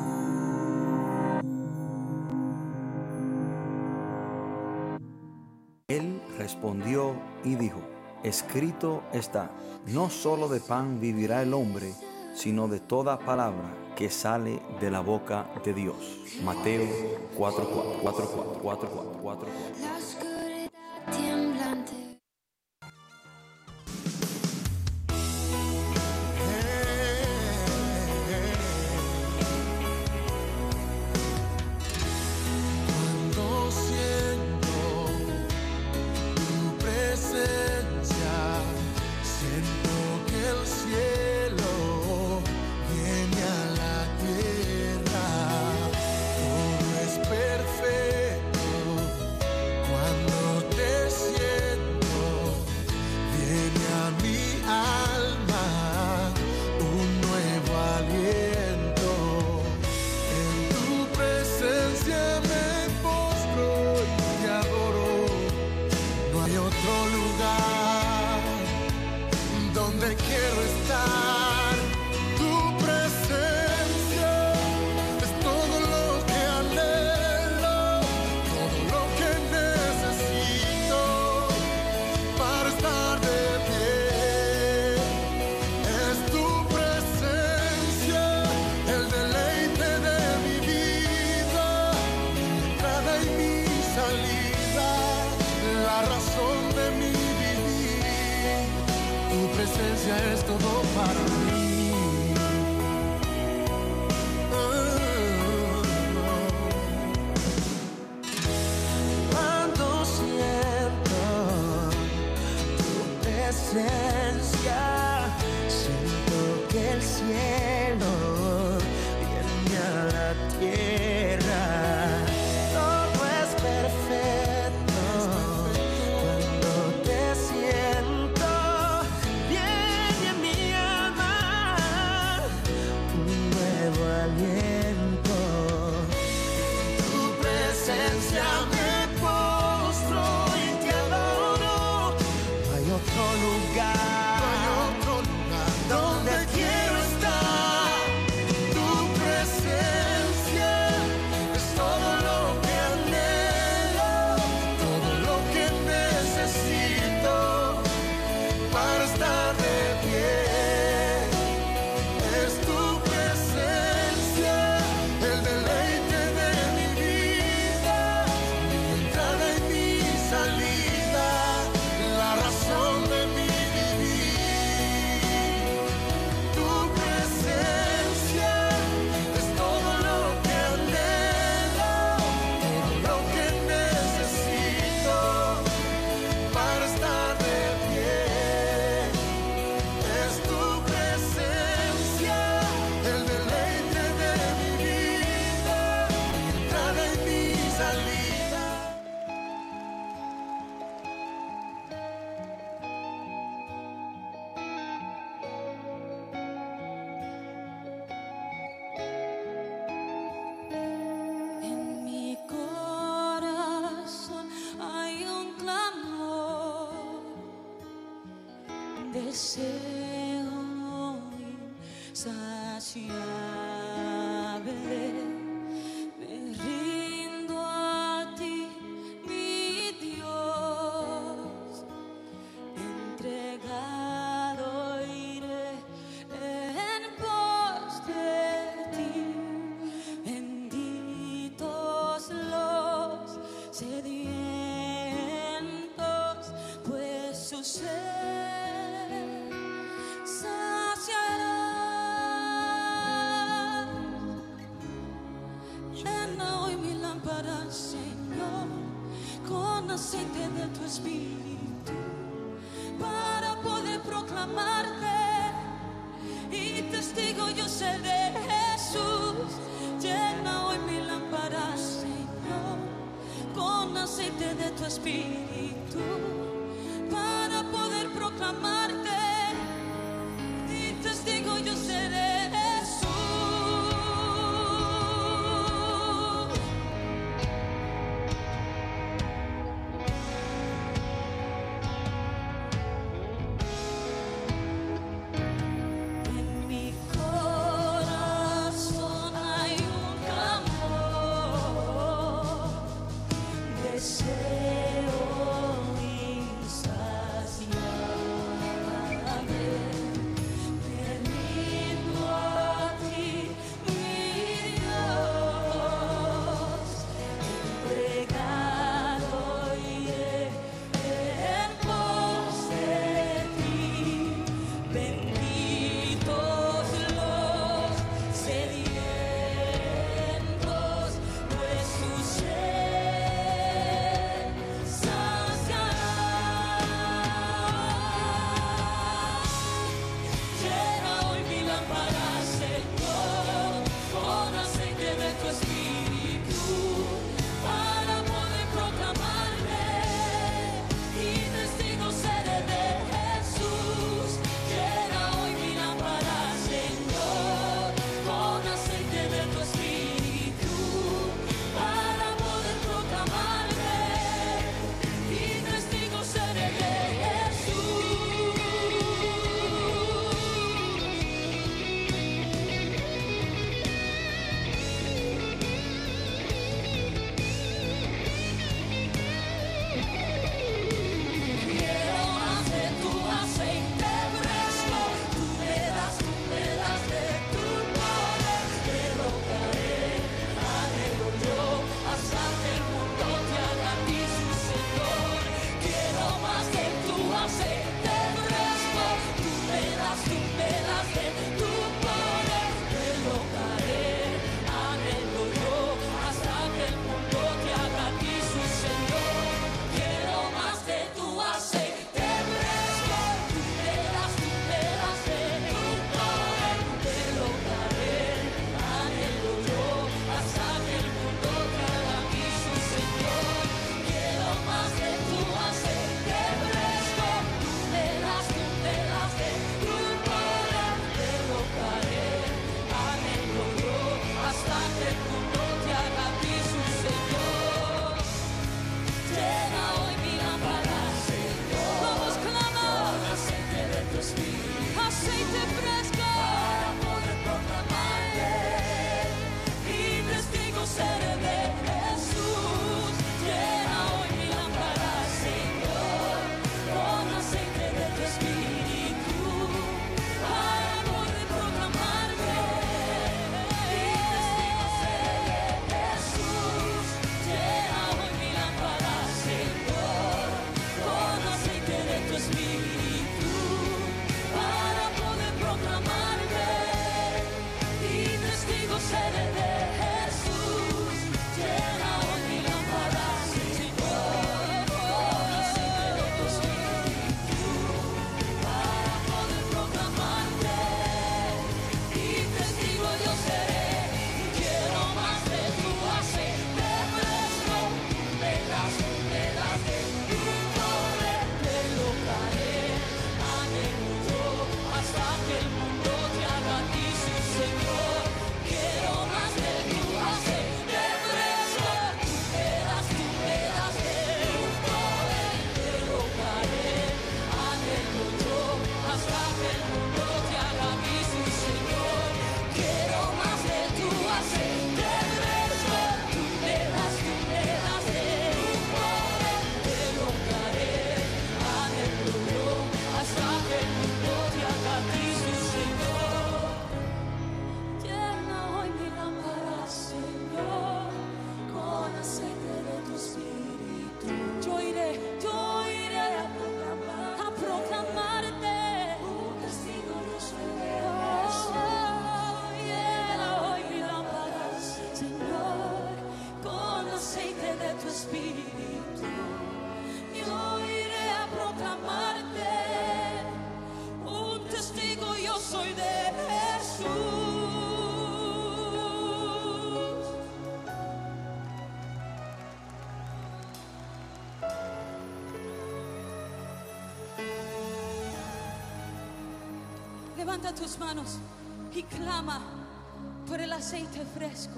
Él respondió y dijo: escrito está, no solo de pan vivirá el hombre, sino de toda palabra que sale de la boca de Dios. Mateo 4:4. La oscuridad temblante. Cuando siento tu presencia, siento que el cielo viene a la tierra. Todo es perfecto cuando te siento. Viene a mi alma un nuevo aliento. En tu presencia me postro y te adoro. No hay otro lugar donde quiero estar. Tu presencia es todo lo que anhelo, todo lo que necesito para estar de pie. Es tu presencia el deleite de mi vida, mi entrada y mi salida, la razón de mi vivir. Tu presencia es todo para mí. Cuando siento tu presencia, siento que el cielo viene a la tierra. Todo es perfecto cuando te siento. Viene a mi alma un nuevo aliento. Tu presencia me postro y te adoro. No hay otro lugar deseo insaciable. Me rindo a ti, mi Dios, entregado iré en pos de ti. Benditos los sedientos, pues su sed saciará. Llena hoy mi lámpara, Señor, con aceite de tu espíritu, para poder proclamarte y testigo yo seré, Jesús. Llena hoy mi lámpara, Señor, con aceite de tu espíritu, para poder proclamarte y testigo yo seré, Jesús. En mi corazón hay un clamor, deseo Levanta tus manos y clama por el aceite fresco.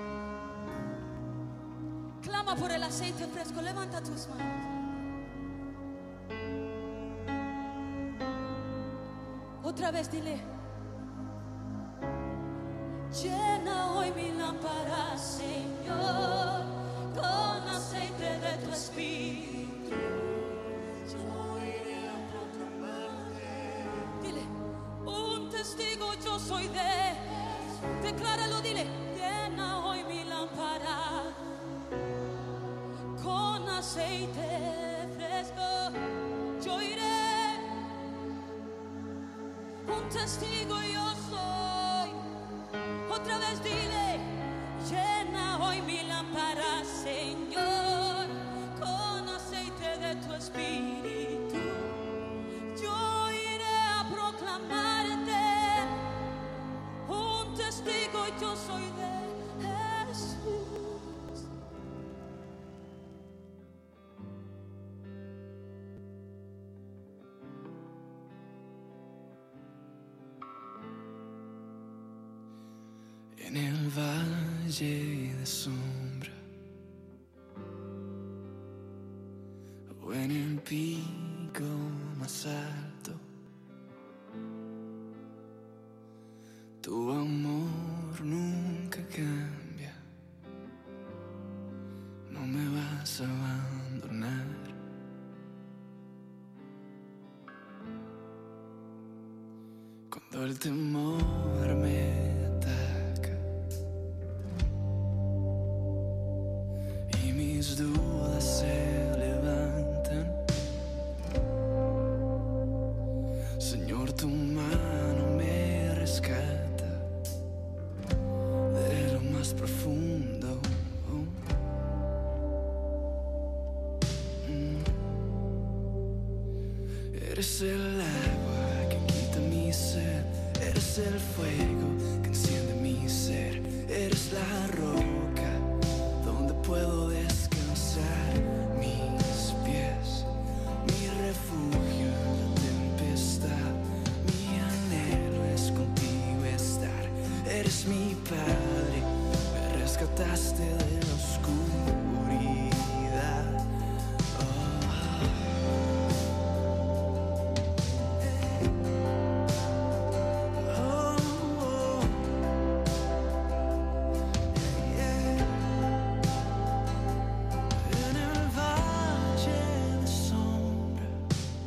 Clama por el aceite fresco. Levanta tus manos. Otra vez dile: llena hoy mi lámpara, Señor, con aceite de tu espíritu. Yo iré a proclamarte. Dile: un testigo yo soy de. Decláralo, dile: llena hoy mi lámpara con aceite fresco. Yo iré, un testigo yo soy. Otra vez dile: llena hoy mi lámpara, Señor, con aceite de tu espíritu. Yo iré a proclamarte, un testigo yo soy de Jesús. En el valle de sombra o en el pico más alto, tu amor nunca cambia. No me vas a abandonar. Cuando el temor me mis dudas se levantan, Señor, tu mano me rescata de lo más profundo. Eres el agua que quita mi sed, eres el fuego que enciende mi ser, eres la